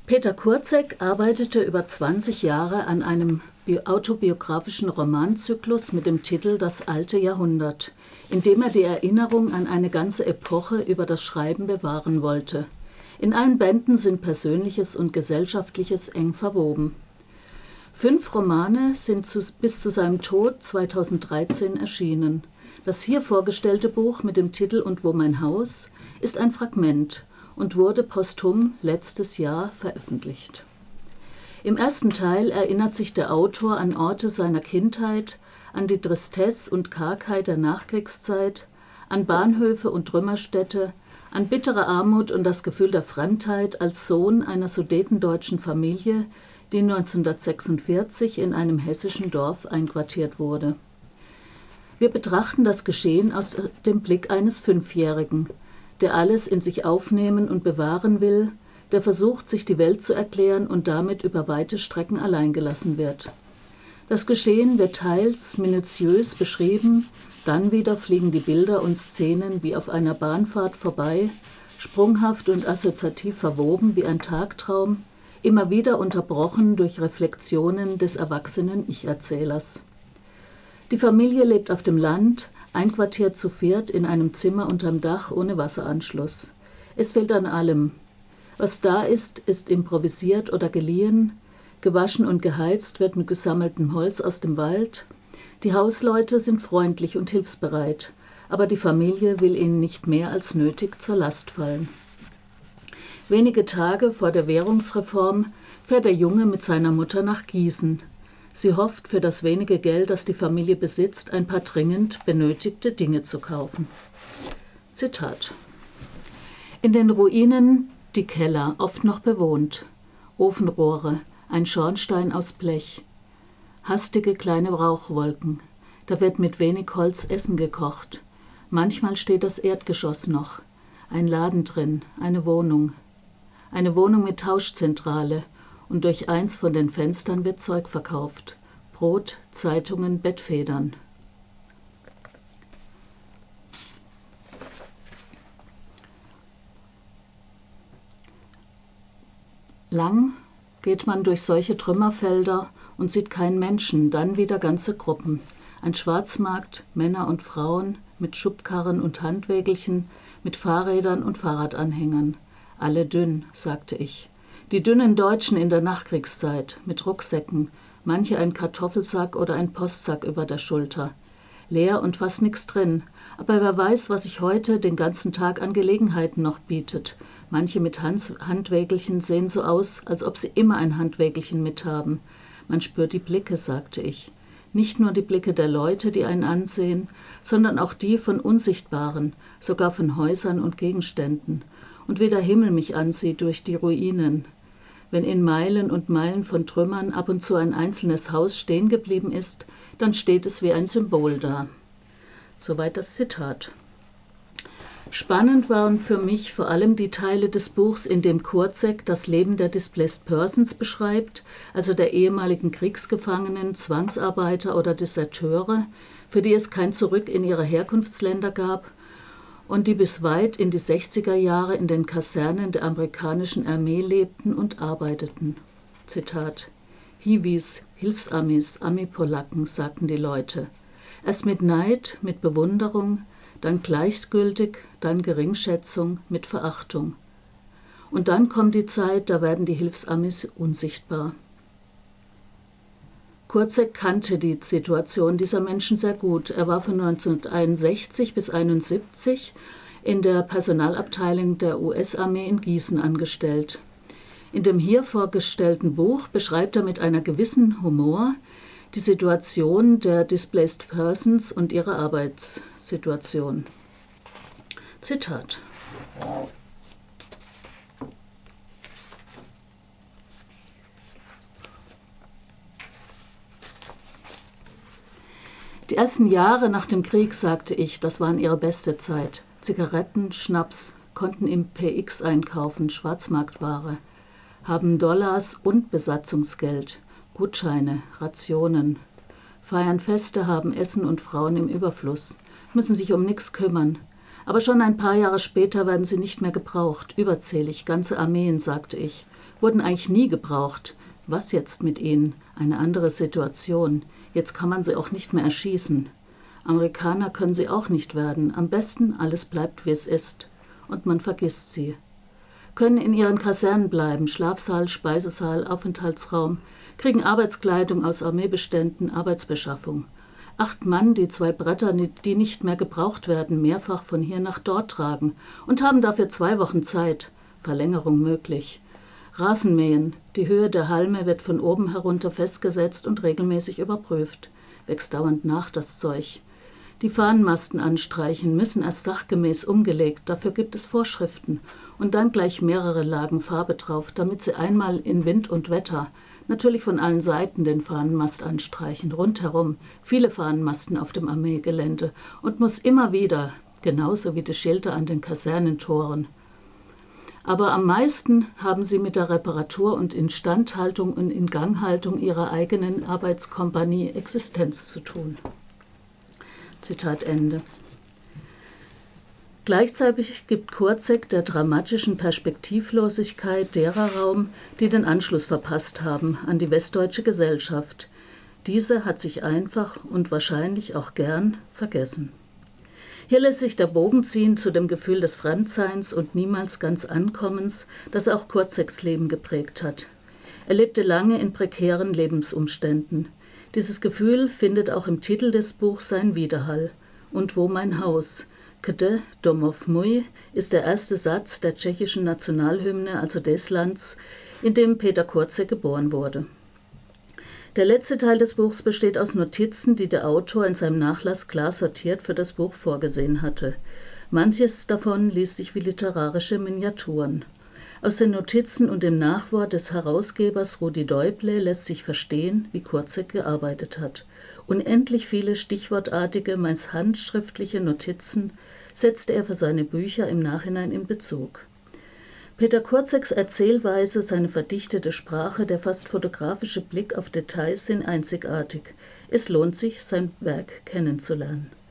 Peter Kurzek arbeitete über 20 Jahre an einem autobiografischen Romanzyklus mit dem Titel Das alte Jahrhundert, in dem er die Erinnerung an eine ganze Epoche über das Schreiben bewahren wollte. In allen Bänden sind Persönliches und Gesellschaftliches eng verwoben. 5 Romane sind bis zu seinem Tod 2013 erschienen. Das hier vorgestellte Buch mit dem Titel Und wo mein Haus ist ein Fragment und wurde posthum letztes Jahr veröffentlicht. Im ersten Teil erinnert sich der Autor an Orte seiner Kindheit, an die Tristesse und Kargheit der Nachkriegszeit, an Bahnhöfe und Trümmerstädte, an bittere Armut und das Gefühl der Fremdheit als Sohn einer sudetendeutschen Familie, die 1946 in einem hessischen Dorf einquartiert wurde. Wir betrachten das Geschehen aus dem Blick eines 5-Jährigen, der alles in sich aufnehmen und bewahren will, der versucht, sich die Welt zu erklären und damit über weite Strecken allein gelassen wird. Das Geschehen wird teils minutiös beschrieben, dann wieder fliegen die Bilder und Szenen wie auf einer Bahnfahrt vorbei, sprunghaft und assoziativ verwoben wie ein Tagtraum, immer wieder unterbrochen durch Reflexionen des erwachsenen Ich-Erzählers. Die Familie lebt auf dem Land, einquartiert zu 4 in einem Zimmer unterm Dach ohne Wasseranschluss. Es fehlt an allem. Was da ist, ist improvisiert oder geliehen, gewaschen und geheizt wird mit gesammeltem Holz aus dem Wald. Die Hausleute sind freundlich und hilfsbereit, aber die Familie will ihnen nicht mehr als nötig zur Last fallen. Wenige Tage vor der Währungsreform fährt der Junge mit seiner Mutter nach Gießen. Sie hofft, für das wenige Geld, das die Familie besitzt, ein paar dringend benötigte Dinge zu kaufen. Zitat: In den Ruinen die Keller, oft noch bewohnt. Ofenrohre, ein Schornstein aus Blech. Hastige kleine Rauchwolken. Da wird mit wenig Holz Essen gekocht. Manchmal steht das Erdgeschoss noch. Ein Laden drin, eine Wohnung. Eine Wohnung mit Tauschzentrale. Und durch eins von den Fenstern wird Zeug verkauft. Brot, Zeitungen, Bettfedern. Lang geht man durch solche Trümmerfelder und sieht keinen Menschen, dann wieder ganze Gruppen. Ein Schwarzmarkt, Männer und Frauen mit Schubkarren und Handwägelchen, mit Fahrrädern und Fahrradanhängern. Alle dünn, sagte ich. Die dünnen Deutschen in der Nachkriegszeit, mit Rucksäcken, manche ein Kartoffelsack oder ein Postsack über der Schulter. Leer und fast nichts drin, aber wer weiß, was sich heute den ganzen Tag an Gelegenheiten noch bietet. Manche mit Handwägelchen sehen so aus, als ob sie immer ein Handwägelchen mithaben. Man spürt die Blicke, sagte ich. Nicht nur die Blicke der Leute, die einen ansehen, sondern auch die von Unsichtbaren, sogar von Häusern und Gegenständen. Und wie der Himmel mich ansieht durch die Ruinen. Wenn in Meilen und Meilen von Trümmern ab und zu ein einzelnes Haus stehen geblieben ist, dann steht es wie ein Symbol da. Soweit das Zitat. Spannend waren für mich vor allem die Teile des Buchs, in dem Kurzek das Leben der Displaced Persons beschreibt, also der ehemaligen Kriegsgefangenen, Zwangsarbeiter oder Deserteure, für die es kein Zurück in ihre Herkunftsländer gab und die bis weit in die 60er Jahre in den Kasernen der amerikanischen Armee lebten und arbeiteten. Zitat: Hiwis, Hilfsamis, Ami-Polacken, sagten die Leute. Erst mit Neid, mit Bewunderung, dann gleichgültig, dann Geringschätzung, mit Verachtung. Und dann kommt die Zeit, da werden die Hilfsamis unsichtbar. Kurzek kannte die Situation dieser Menschen sehr gut. Er war von 1961 bis 1971 in der Personalabteilung der US-Armee in Gießen angestellt. In dem hier vorgestellten Buch beschreibt er mit einer gewissen Humor die Situation der Displaced Persons und ihre Arbeitssituation. Zitat: Die ersten Jahre nach dem Krieg, sagte ich, das waren ihre beste Zeit. Zigaretten, Schnaps, konnten im PX einkaufen, Schwarzmarktware, haben Dollars und Besatzungsgeld, Gutscheine, Rationen, feiern Feste, haben Essen und Frauen im Überfluss, müssen sich um nichts kümmern. Aber schon ein paar Jahre später werden sie nicht mehr gebraucht, überzählig, ganze Armeen, sagte ich. wurden eigentlich nie gebraucht. Was jetzt mit ihnen? Eine andere Situation. Jetzt kann man sie auch nicht mehr erschießen. Amerikaner können sie auch nicht werden. Am besten, alles bleibt, wie es ist. Und man vergisst sie. Können in ihren Kasernen bleiben, Schlafsaal, Speisesaal, Aufenthaltsraum, kriegen Arbeitskleidung aus Armeebeständen, Arbeitsbeschaffung. 8 Mann, die 2 Bretter, die nicht mehr gebraucht werden, mehrfach von hier nach dort tragen und haben dafür 2 Wochen Zeit. Verlängerung möglich. Rasenmähen. Die Höhe der Halme wird von oben herunter festgesetzt und regelmäßig überprüft. Wächst dauernd nach, das Zeug. Die Fahnenmasten anstreichen, müssen erst sachgemäß umgelegt, dafür gibt es Vorschriften. Und dann gleich mehrere Lagen Farbe drauf, damit sie einmal in Wind und Wetter, natürlich von allen Seiten den Fahnenmast anstreichen, rundherum, viele Fahnenmasten auf dem Armeegelände und muss immer wieder, genauso wie die Schilder an den Kasernentoren. Aber am meisten haben sie mit der Reparatur und Instandhaltung und Inganghaltung ihrer eigenen Arbeitskompanie Existenz zu tun. Zitat Ende. Gleichzeitig gibt Kurzek der dramatischen Perspektivlosigkeit derer Raum, die den Anschluss verpasst haben an die westdeutsche Gesellschaft. Diese hat sich einfach und wahrscheinlich auch gern vergessen. Hier lässt sich der Bogen ziehen zu dem Gefühl des Fremdseins und niemals ganz Ankommens, das auch Kurzeks Leben geprägt hat. Er lebte lange in prekären Lebensumständen. Dieses Gefühl findet auch im Titel des Buchs seinen Widerhall. Und wo mein Haus? Kde domov můj ist der erste Satz der tschechischen Nationalhymne, also des Lands, in dem Peter Kurzek geboren wurde. Der letzte Teil des Buchs besteht aus Notizen, die der Autor in seinem Nachlass klar sortiert für das Buch vorgesehen hatte. Manches davon liest sich wie literarische Miniaturen. Aus den Notizen und dem Nachwort des Herausgebers Rudi Deuble lässt sich verstehen, wie Kurzek gearbeitet hat. Unendlich viele stichwortartige, meist handschriftliche Notizen setzte er für seine Bücher im Nachhinein in Bezug. Peter Kurzeks Erzählweise, seine verdichtete Sprache, der fast fotografische Blick auf Details sind einzigartig. Es lohnt sich, sein Werk kennenzulernen.